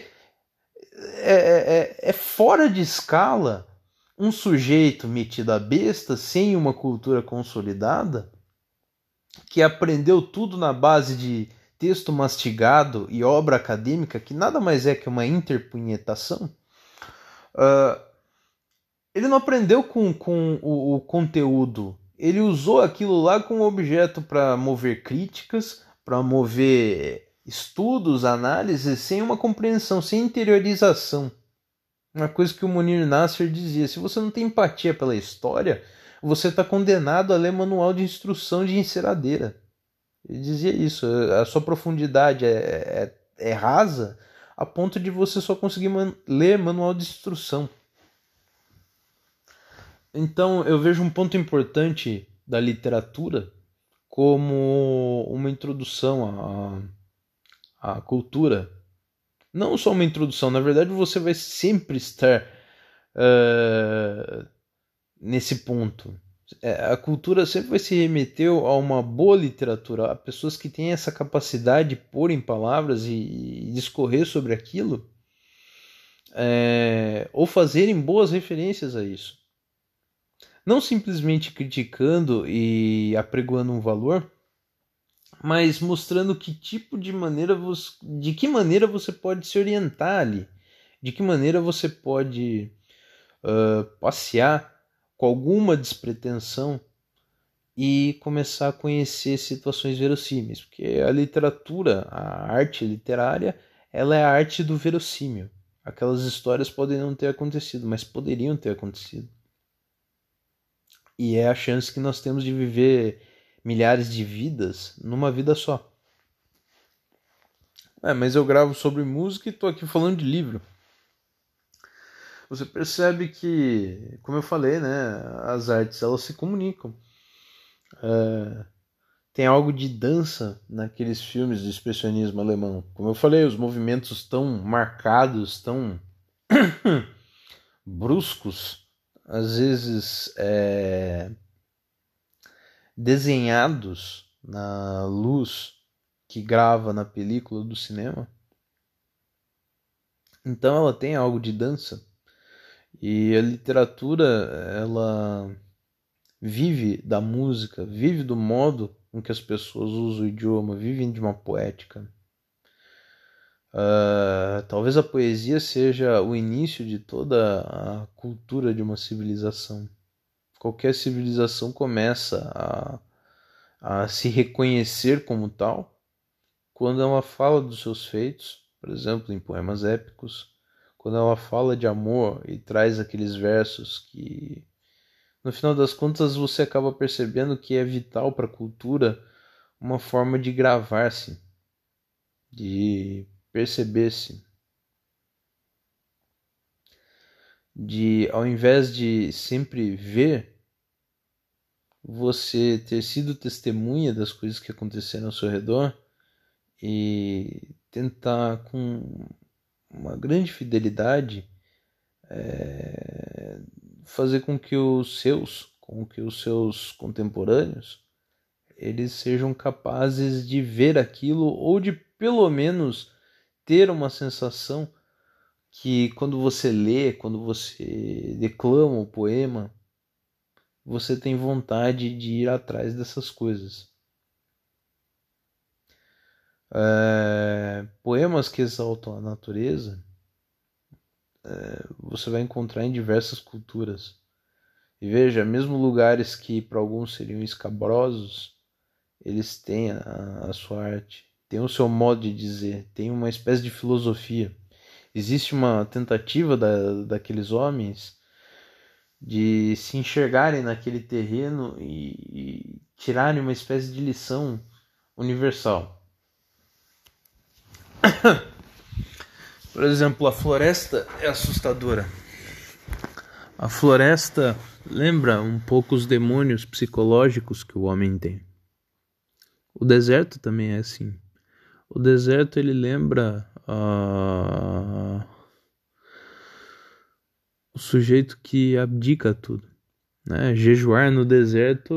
Speaker 1: é fora de escala um sujeito metido a besta, sem uma cultura consolidada, que aprendeu tudo na base de texto mastigado e obra acadêmica, que nada mais é que uma interpunhetação, ele não aprendeu com o conteúdo. Ele usou aquilo lá como objeto para mover críticas, para mover estudos, análises, sem uma compreensão, sem interiorização. Uma coisa que o Munir Nasser dizia, se você não tem empatia pela história, você está condenado a ler manual de instrução de enceradeira. Ele dizia isso, a sua profundidade é rasa a ponto de você só conseguir ler manual de instrução. Então eu vejo um ponto importante da literatura como uma introdução à cultura. Não só uma introdução, na verdade você vai sempre estar nesse ponto. A cultura sempre vai se remeter a uma boa literatura, a pessoas que têm essa capacidade de pôr em palavras e discorrer sobre aquilo, ou fazerem boas referências a isso. Não simplesmente criticando e apregoando um valor, mas mostrando que tipo de maneira de que maneira você pode se orientar ali, de que maneira você pode passear com alguma despretensão e começar a conhecer situações verossímeis, porque a literatura, a arte literária, ela é a arte do verossímil. Aquelas histórias podem não ter acontecido, mas poderiam ter acontecido. E é a chance que nós temos de viver milhares de vidas numa vida só. Mas eu gravo sobre música e estou aqui falando de livro. Você percebe que, como eu falei, né, as artes elas se comunicam. Tem algo de dança naqueles filmes do expressionismo alemão. Como eu falei, os movimentos tão marcados, tão bruscos, às vezes desenhados na luz que grava na película do cinema. Então ela tem algo de dança. E a literatura, ela vive da música, vive do modo com que as pessoas usam o idioma, vivem de uma poética. Talvez a poesia seja o início de toda a cultura de uma civilização. Qualquer civilização começa a se reconhecer como tal quando ela fala dos seus feitos, por exemplo, em poemas épicos, quando ela fala de amor e traz aqueles versos que, no final das contas, você acaba percebendo que é vital para a cultura uma forma de gravar-se, de perceber-se, de, ao invés de sempre ver, você ter sido testemunha das coisas que aconteceram ao seu redor e tentar com uma grande fidelidade fazer com que os seus contemporâneos eles sejam capazes de ver aquilo ou de pelo menos ter uma sensação que quando você lê, quando você declama o poema, você tem vontade de ir atrás dessas coisas. Poemas que exaltam a natureza você vai encontrar em diversas culturas. E veja, mesmo lugares que para alguns seriam escabrosos, eles têm a sua arte, têm o seu modo de dizer, têm uma espécie de filosofia. Existe uma tentativa daqueles homens de se enxergarem naquele terreno e tirarem uma espécie de lição universal. Por exemplo, a floresta é assustadora. A floresta lembra um pouco os demônios psicológicos que o homem tem. O deserto também é assim. O deserto ele lembra o sujeito que abdica tudo, né? Jejuar no deserto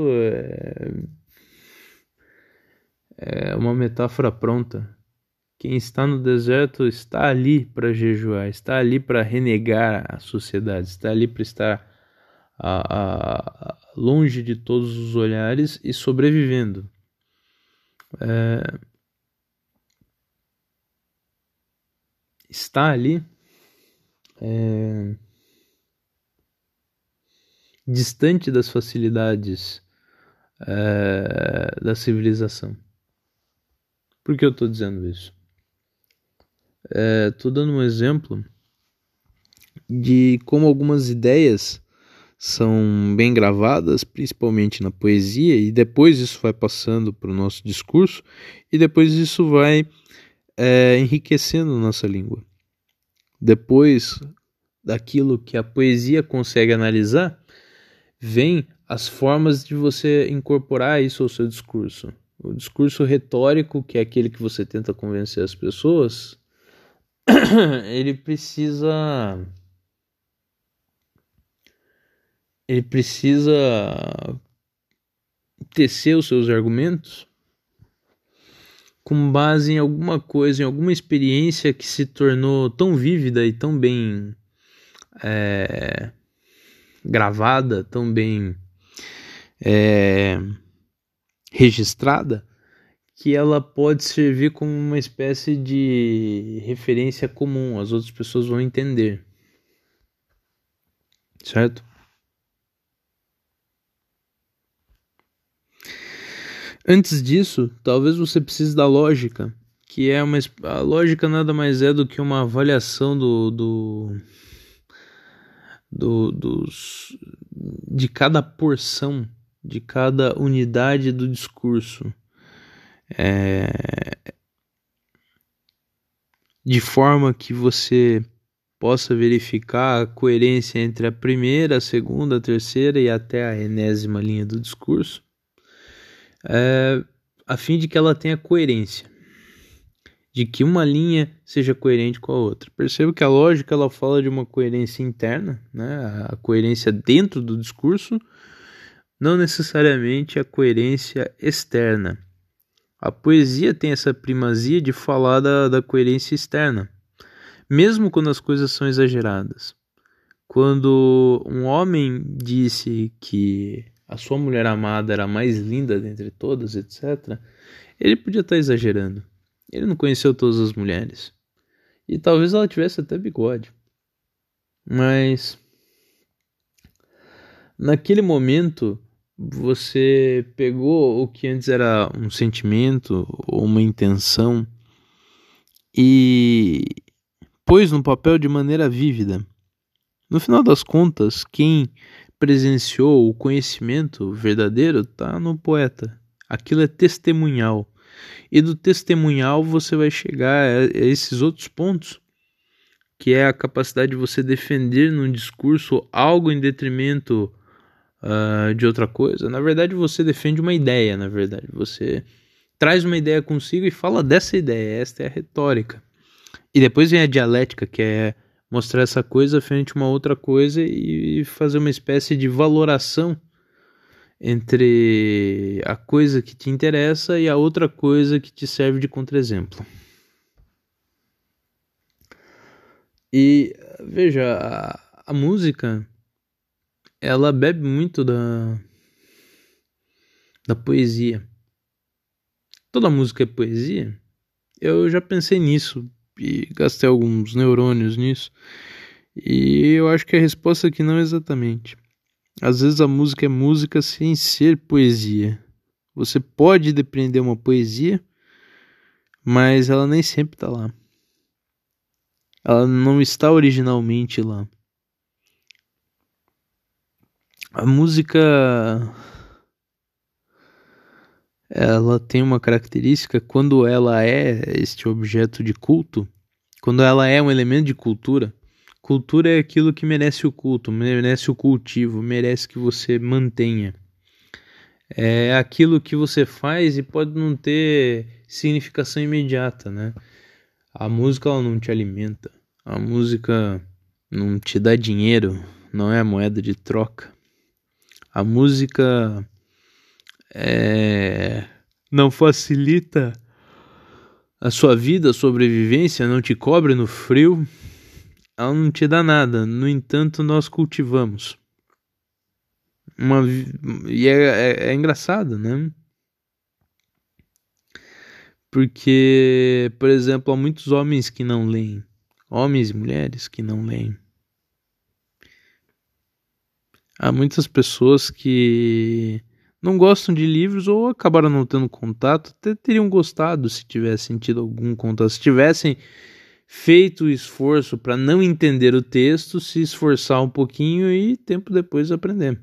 Speaker 1: é uma metáfora pronta. Quem está no deserto está ali para jejuar, está ali para renegar a sociedade, está ali para estar longe de todos os olhares e sobrevivendo. Está ali distante das facilidades da civilização. Por que eu estou dizendo isso? Estou dando um exemplo de como algumas ideias são bem gravadas, principalmente na poesia, e depois isso vai passando para o nosso discurso, e depois isso vai enriquecendo nossa língua. Depois daquilo que a poesia consegue analisar, vem as formas de você incorporar isso ao seu discurso. O discurso retórico, que é aquele que você tenta convencer as pessoas, ele precisa tecer os seus argumentos com base em alguma coisa, em alguma experiência que se tornou tão vívida e tão bem gravada, tão bem registrada, que ela pode servir como uma espécie de referência comum, as outras pessoas vão entender. Certo? Antes disso, talvez você precise da lógica, que é a lógica nada mais é do que uma avaliação de cada porção, de cada unidade do discurso, de forma que você possa verificar a coerência entre a primeira, a segunda, a terceira e até a enésima linha do discurso, a fim de que ela tenha coerência, de que uma linha seja coerente com a outra. Perceba que a lógica ela fala de uma coerência interna, né? A coerência dentro do discurso, não necessariamente a coerência externa. A poesia tem essa primazia de falar da coerência externa, mesmo quando as coisas são exageradas. Quando um homem disse que a sua mulher amada era a mais linda dentre todas, etc., ele podia estar exagerando. Ele não conheceu todas as mulheres. E talvez ela tivesse até bigode. Mas naquele momento você pegou o que antes era um sentimento ou uma intenção e pôs no papel de maneira vívida. No final das contas, quem presenciou o conhecimento verdadeiro está no poeta. Aquilo é testemunhal. E do testemunhal você vai chegar a esses outros pontos, que é a capacidade de você defender num discurso algo em detrimento de outra coisa. Na verdade, você defende uma ideia, na verdade. Você traz uma ideia consigo e fala dessa ideia. Esta é a retórica. E depois vem a dialética, que é mostrar essa coisa frente a uma outra coisa e fazer uma espécie de valoração entre a coisa que te interessa e a outra coisa que te serve de contra-exemplo. E veja, a música ela bebe muito da poesia. Toda música é poesia? Eu já pensei nisso e gastei alguns neurônios nisso. E eu acho que a resposta aqui não é exatamente. Às vezes a música é música sem ser poesia. Você pode depreender uma poesia, mas ela nem sempre está lá. Ela não está originalmente lá. A música ela tem uma característica quando ela é este objeto de culto, quando ela é um elemento de cultura. Cultura é aquilo que merece o culto, merece o cultivo, merece que você mantenha. É aquilo que você faz e pode não ter significação imediata, né? A música ela não te alimenta, a música não te dá dinheiro, não é a moeda de troca. A música não facilita a sua vida, a sobrevivência, não te cobre no frio, ela não te dá nada. No entanto, nós cultivamos. E é engraçado, né? Porque, por exemplo, há muitos homens que não leem, homens e mulheres que não leem. Há muitas pessoas que não gostam de livros ou acabaram não tendo contato, até teriam gostado se tivessem tido algum contato, se tivessem feito o esforço para não entender o texto, se esforçar um pouquinho e tempo depois aprender.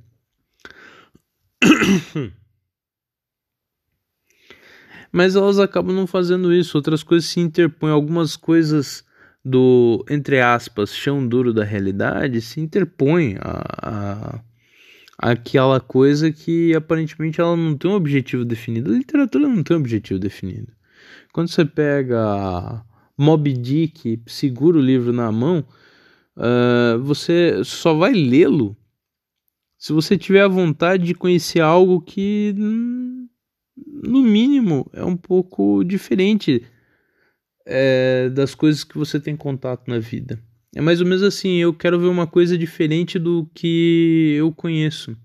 Speaker 1: Mas elas acabam não fazendo isso, outras coisas se interpõem, algumas coisas do, entre aspas, chão duro da realidade se interpõem a aquela coisa que aparentemente ela não tem um objetivo definido. A literatura não tem um objetivo definido. Quando você pega Moby Dick, segura o livro na mão, você só vai lê-lo se você tiver a vontade de conhecer algo que, no mínimo, é um pouco diferente das coisas que você tem contato na vida. É mais ou menos assim, eu quero ver uma coisa diferente do que eu conheço.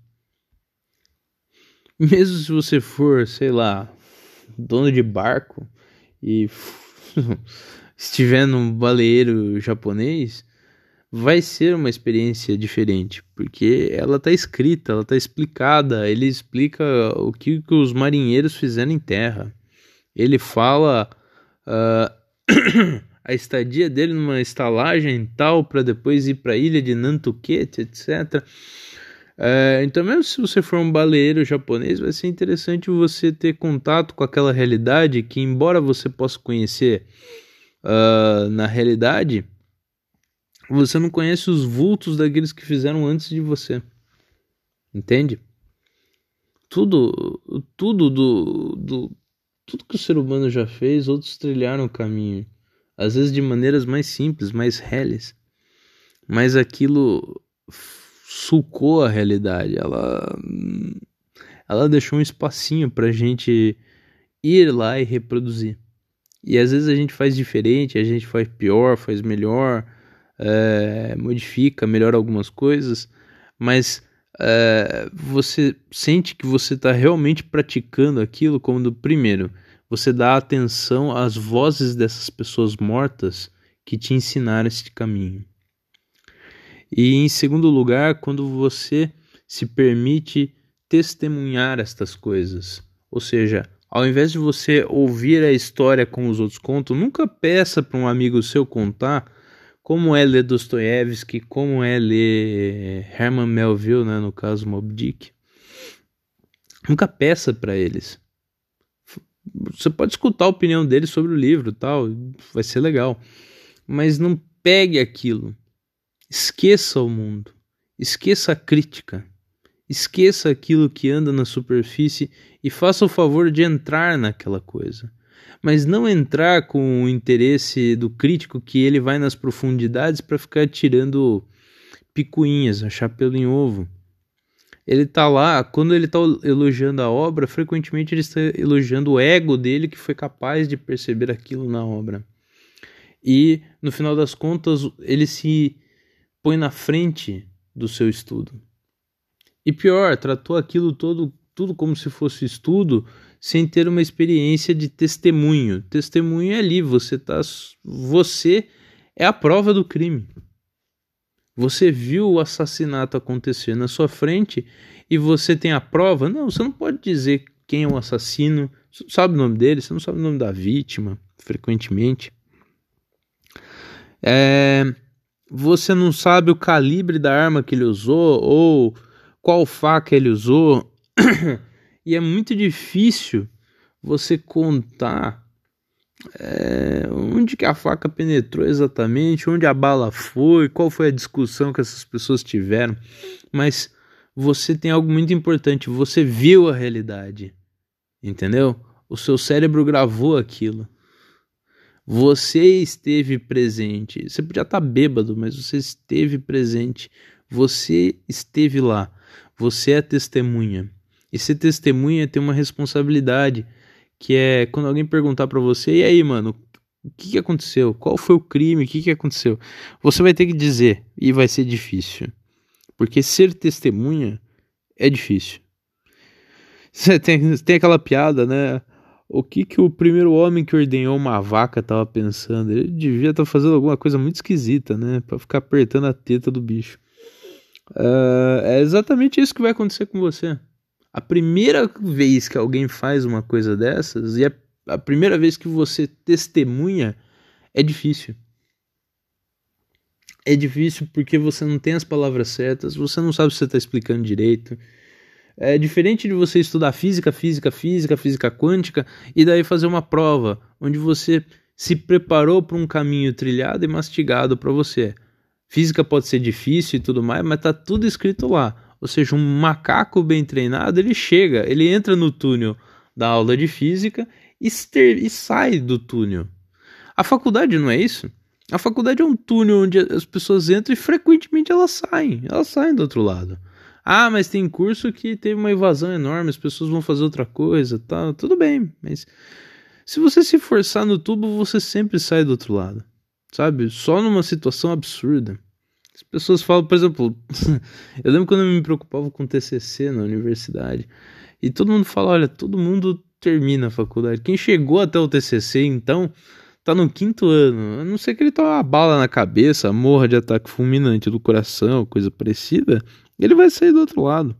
Speaker 1: Mesmo se você for, sei lá, dono de barco e estiver num baleeiro japonês, vai ser uma experiência diferente, porque ela está escrita, ela está explicada, ele explica o que os marinheiros fizeram em terra. Ele fala a estadia dele numa estalagem tal, para depois ir para a ilha de Nantucket, etc. Então, mesmo se você for um baleeiro japonês, vai ser interessante você ter contato com aquela realidade que, embora você possa conhecer na realidade, você não conhece os vultos daqueles que fizeram antes de você. Entende? Tudo que o ser humano já fez, outros trilharam o caminho. Às vezes de maneiras mais simples, mais reles. Mas aquilo sulcou a realidade. Ela deixou um espacinho pra gente ir lá e reproduzir. E às vezes a gente faz diferente, a gente faz pior, faz melhor, modifica, melhora algumas coisas, mas você sente que você está realmente praticando aquilo quando, primeiro, você dá atenção às vozes dessas pessoas mortas que te ensinaram esse caminho. E em segundo lugar, quando você se permite testemunhar estas coisas. Ou seja, ao invés de você ouvir a história como os outros contam, nunca peça para um amigo seu contar como é ler Dostoiévski, como é ler Herman Melville, né, no caso Moby Dick. Nunca peça para eles. Você pode escutar a opinião deles sobre o livro, tal, vai ser legal. Mas não pegue aquilo. Esqueça o mundo. Esqueça a crítica. Esqueça aquilo que anda na superfície e faça o favor de entrar naquela coisa. Mas não entrar com o interesse do crítico que ele vai nas profundidades para ficar tirando picuinhas, achar pelo em ovo. Ele está lá, quando ele está elogiando a obra, frequentemente ele está elogiando o ego dele que foi capaz de perceber aquilo na obra. E, no final das contas, ele se põe na frente do seu estudo. E pior, tratou aquilo tudo como se fosse estudo, sem ter uma experiência de testemunho. Testemunho é ali, você é a prova do crime. Você viu o assassinato acontecer na sua frente e você tem a prova? Não, você não pode dizer quem é o assassino, você não sabe o nome dele, você não sabe o nome da vítima, frequentemente. Você não sabe o calibre da arma que ele usou ou qual faca ele usou. E é muito difícil você contar onde que a faca penetrou exatamente, onde a bala foi, qual foi a discussão que essas pessoas tiveram. Mas você tem algo muito importante, você viu a realidade, entendeu? O seu cérebro gravou aquilo. Você esteve presente. Você podia estar bêbado, mas você esteve presente. Você esteve lá. Você é testemunha. E ser testemunha tem uma responsabilidade, que é quando alguém perguntar pra você, e aí, mano, o que aconteceu? Qual foi o crime? O que aconteceu? Você vai ter que dizer, e vai ser difícil. Porque ser testemunha é difícil. Você tem aquela piada, né? O que o primeiro homem que ordenhou uma vaca estava pensando? Ele devia estar fazendo alguma coisa muito esquisita, né? Pra ficar apertando a teta do bicho. É exatamente isso que vai acontecer com você. A primeira vez que alguém faz uma coisa dessas, e a primeira vez que você testemunha, é difícil. É difícil porque você não tem as palavras certas, você não sabe se você está explicando direito. É diferente de você estudar física quântica e daí fazer uma prova onde você se preparou para um caminho trilhado e mastigado para você. Física pode ser difícil e tudo mais, mas tá tudo escrito lá. Ou seja, um macaco bem treinado, ele chega, ele entra no túnel da aula de física e sai do túnel. A faculdade não é isso? A faculdade é um túnel onde as pessoas entram e frequentemente elas saem do outro lado. Ah, mas tem curso que teve uma evasão enorme, as pessoas vão fazer outra coisa, tá? Tudo bem, mas se você se forçar no tubo, você sempre sai do outro lado, sabe? Só numa situação absurda. As pessoas falam, por exemplo, eu lembro quando eu me preocupava com TCC na universidade, e todo mundo fala, olha, todo mundo termina a faculdade. Quem chegou até o TCC, então, tá no 5º ano, a não ser que ele tome uma bala na cabeça, morra de ataque fulminante do coração, coisa parecida, ele vai sair do outro lado.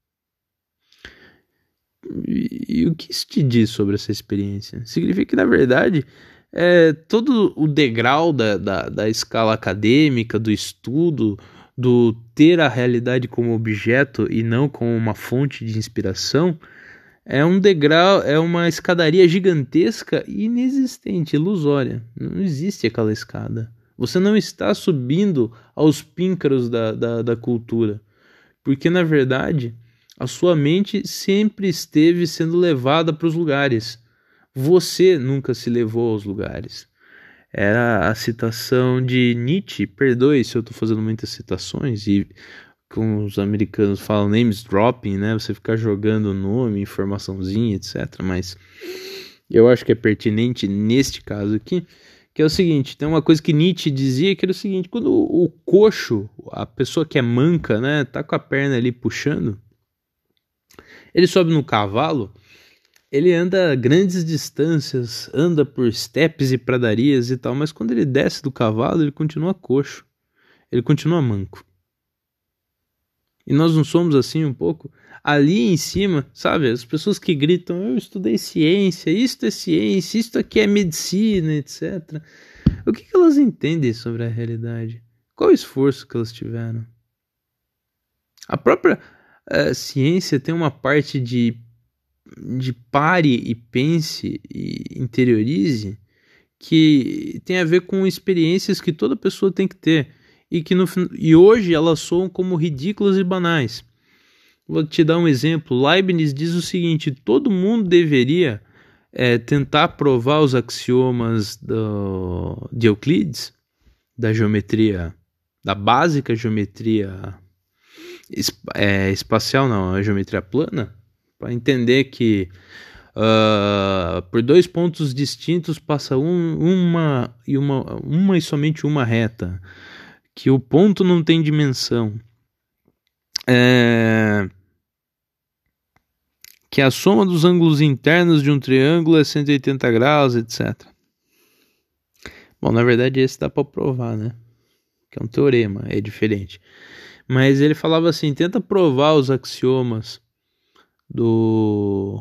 Speaker 1: E o que isso te diz sobre essa experiência? Significa que, na verdade, todo o degrau da escala acadêmica, do estudo, do ter a realidade como objeto e não como uma fonte de inspiração, é um degrau, é uma escadaria gigantesca e inexistente, ilusória. Não existe aquela escada. Você não está subindo aos píncaros da cultura. Porque, na verdade, a sua mente sempre esteve sendo levada para os lugares. Você nunca se levou aos lugares. Era a citação de Nietzsche. Perdoe se eu estou fazendo muitas citações e como os americanos falam, names dropping, né? Você ficar jogando nome, informaçãozinha, etc. Mas eu acho que é pertinente neste caso aqui, que é o seguinte, tem uma coisa que Nietzsche dizia, que era o seguinte, quando o coxo, a pessoa que é manca, né, tá com a perna ali puxando, ele sobe no cavalo, ele anda grandes distâncias, anda por estepes e pradarias e tal, mas quando ele desce do cavalo, ele continua coxo, ele continua manco. E nós não somos assim um pouco? Ali em cima, sabe, as pessoas que gritam, eu estudei ciência, isto é ciência, isto aqui é medicina, etc. O que elas entendem sobre a realidade? Qual o esforço que elas tiveram? A própria ciência tem uma parte de pare e pense e interiorize que tem a ver com experiências que toda pessoa tem que ter e hoje elas soam como ridículas e banais. Vou te dar um exemplo. Leibniz diz o seguinte: todo mundo deveria tentar provar os axiomas de Euclides, da geometria, da básica geometria espacial, não, a geometria plana, para entender que por dois pontos distintos passa uma e somente uma reta, que o ponto não tem dimensão, que a soma dos ângulos internos de um triângulo é 180 graus, etc. Bom, na verdade esse dá para provar, né? Que é um teorema, é diferente. Mas ele falava assim, tenta provar os axiomas do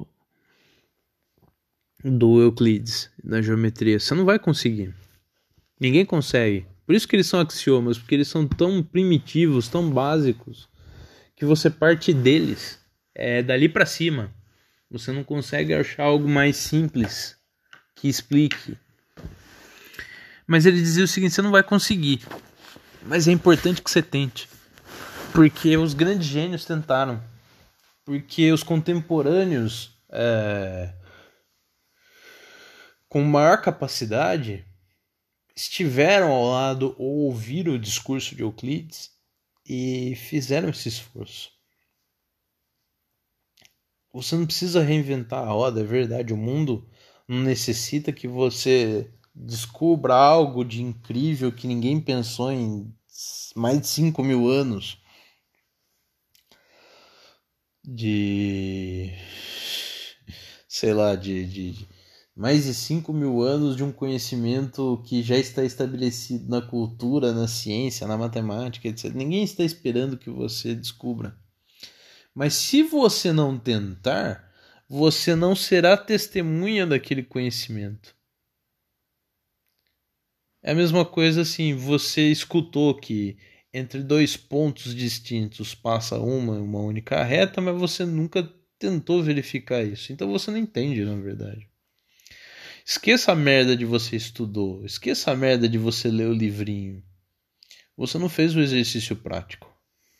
Speaker 1: Euclides na geometria. Você não vai conseguir. Ninguém consegue. Por isso que eles são axiomas, porque eles são tão primitivos, tão básicos, que você parte deles dali para cima. Você não consegue achar algo mais simples que explique. Mas ele dizia o seguinte, você não vai conseguir. Mas é importante que você tente. Porque os grandes gênios tentaram. Porque os contemporâneos com maior capacidade estiveram ao lado ou ouviram o discurso de Euclides e fizeram esse esforço. Você não precisa reinventar a roda, é verdade. O mundo não necessita que você descubra algo de incrível que ninguém pensou em mais de 5.000 anos de mais de 5.000 anos de um conhecimento que já está estabelecido na cultura, na ciência, na matemática, etc. Ninguém está esperando que você descubra. Mas se você não tentar, você não será testemunha daquele conhecimento. É a mesma coisa assim, você escutou que entre dois pontos distintos passa uma única reta, mas você nunca tentou verificar isso. Então você não entende, na verdade. Esqueça a merda de você estudou, esqueça a merda de você ler o livrinho. Você não fez o exercício prático.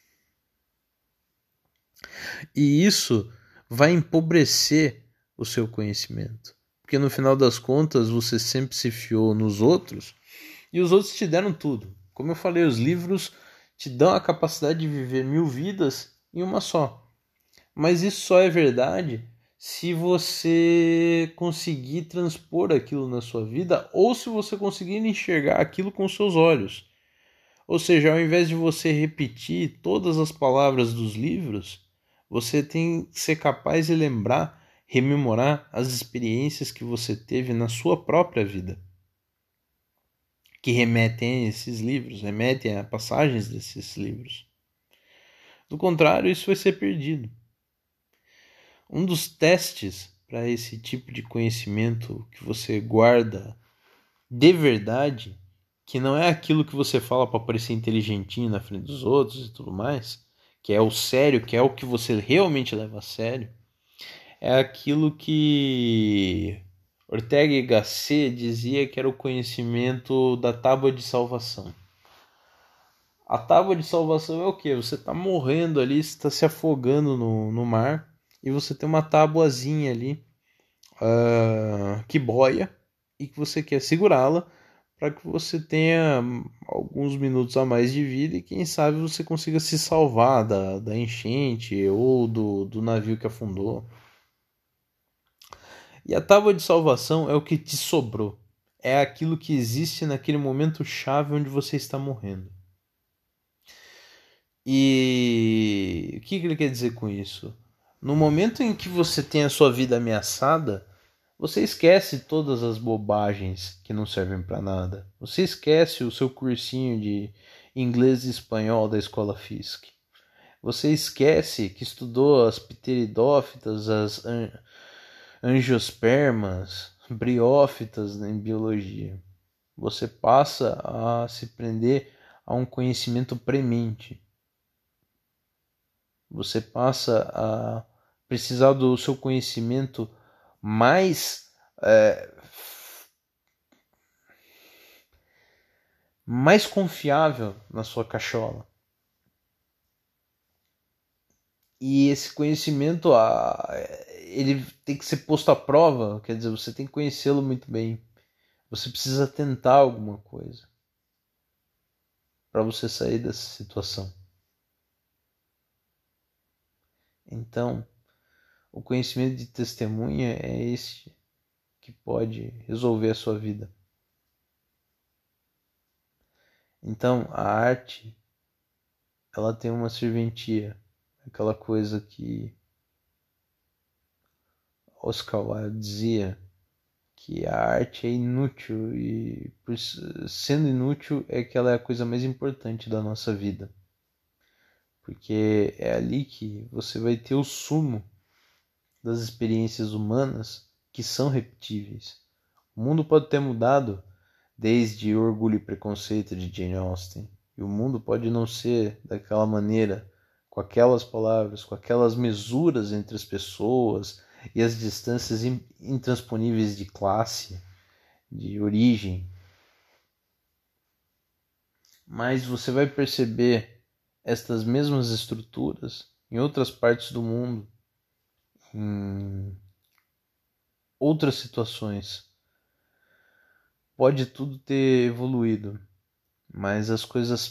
Speaker 1: E isso vai empobrecer o seu conhecimento. Porque no final das contas você sempre se fiou nos outros e os outros te deram tudo. Como eu falei, os livros te dão a capacidade de viver 1000 vidas em uma só. Mas isso só é verdade se você conseguir transpor aquilo na sua vida ou se você conseguir enxergar aquilo com seus olhos. Ou seja, ao invés de você repetir todas as palavras dos livros, você tem que ser capaz de lembrar, rememorar as experiências que você teve na sua própria vida, que remetem a esses livros, remetem a passagens desses livros. Do contrário, isso vai ser perdido. Um dos testes para esse tipo de conhecimento que você guarda de verdade, que não é aquilo que você fala para parecer inteligentinho na frente dos outros e tudo mais, que é o sério, que é o que você realmente leva a sério, é aquilo que Ortega y Gasset dizia que era o conhecimento da tábua de salvação. A tábua de salvação é o que? Você está morrendo ali, você está se afogando no mar e você tem uma tábuazinha ali que boia e que você quer segurá-la para que você tenha alguns minutos a mais de vida e quem sabe você consiga se salvar da enchente ou do navio que afundou. E a tábua de salvação é o que te sobrou. É aquilo que existe naquele momento chave onde você está morrendo. E o que ele quer dizer com isso? No momento em que você tem a sua vida ameaçada, você esquece todas as bobagens que não servem para nada. Você esquece o seu cursinho de inglês e espanhol da escola Fisk. Você esquece que estudou as pteridófitas, as angiospermas, briófitas em biologia. Você passa a se prender a um conhecimento premente. Você passa a precisar do seu conhecimento mais mais confiável na sua cachola. E esse conhecimento ele tem que ser posto à prova, quer dizer, você tem que conhecê-lo muito bem. Você precisa tentar alguma coisa para você sair dessa situação. Então, o conhecimento de testemunha é esse que pode resolver a sua vida. Então, a arte, ela tem uma serventia, aquela coisa que Oscar Wilde dizia, que a arte é inútil e, sendo inútil, é que ela é a coisa mais importante da nossa vida. Porque é ali que você vai ter o sumo das experiências humanas que são repetíveis. O mundo pode ter mudado desde Orgulho e Preconceito de Jane Austen. E o mundo pode não ser daquela maneira, com aquelas palavras, com aquelas mesuras entre as pessoas e as distâncias intransponíveis de classe, de origem. Mas você vai perceber estas mesmas estruturas em outras partes do mundo, em outras situações. Pode tudo ter evoluído, mas as coisas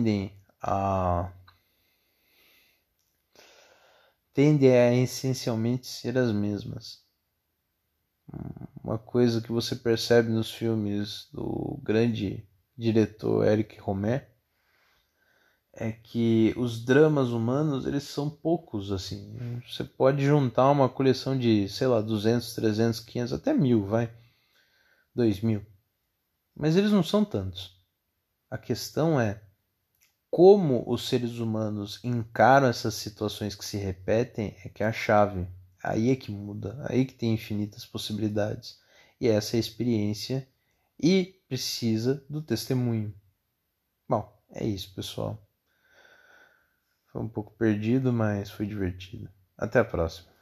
Speaker 1: tendem a essencialmente ser as mesmas. Uma coisa que você percebe nos filmes do grande diretor Eric Romer é que os dramas humanos, eles são poucos, assim. Você pode juntar uma coleção de, sei lá, 200, 300, 500, até 1000, vai. 2000. Mas eles não são tantos. A questão é como os seres humanos encaram essas situações que se repetem é que é a chave. Aí é que muda, aí que tem infinitas possibilidades. E essa é a experiência e precisa do testemunho. Bom, é isso, pessoal. Foi um pouco perdido, mas foi divertido. Até a próxima.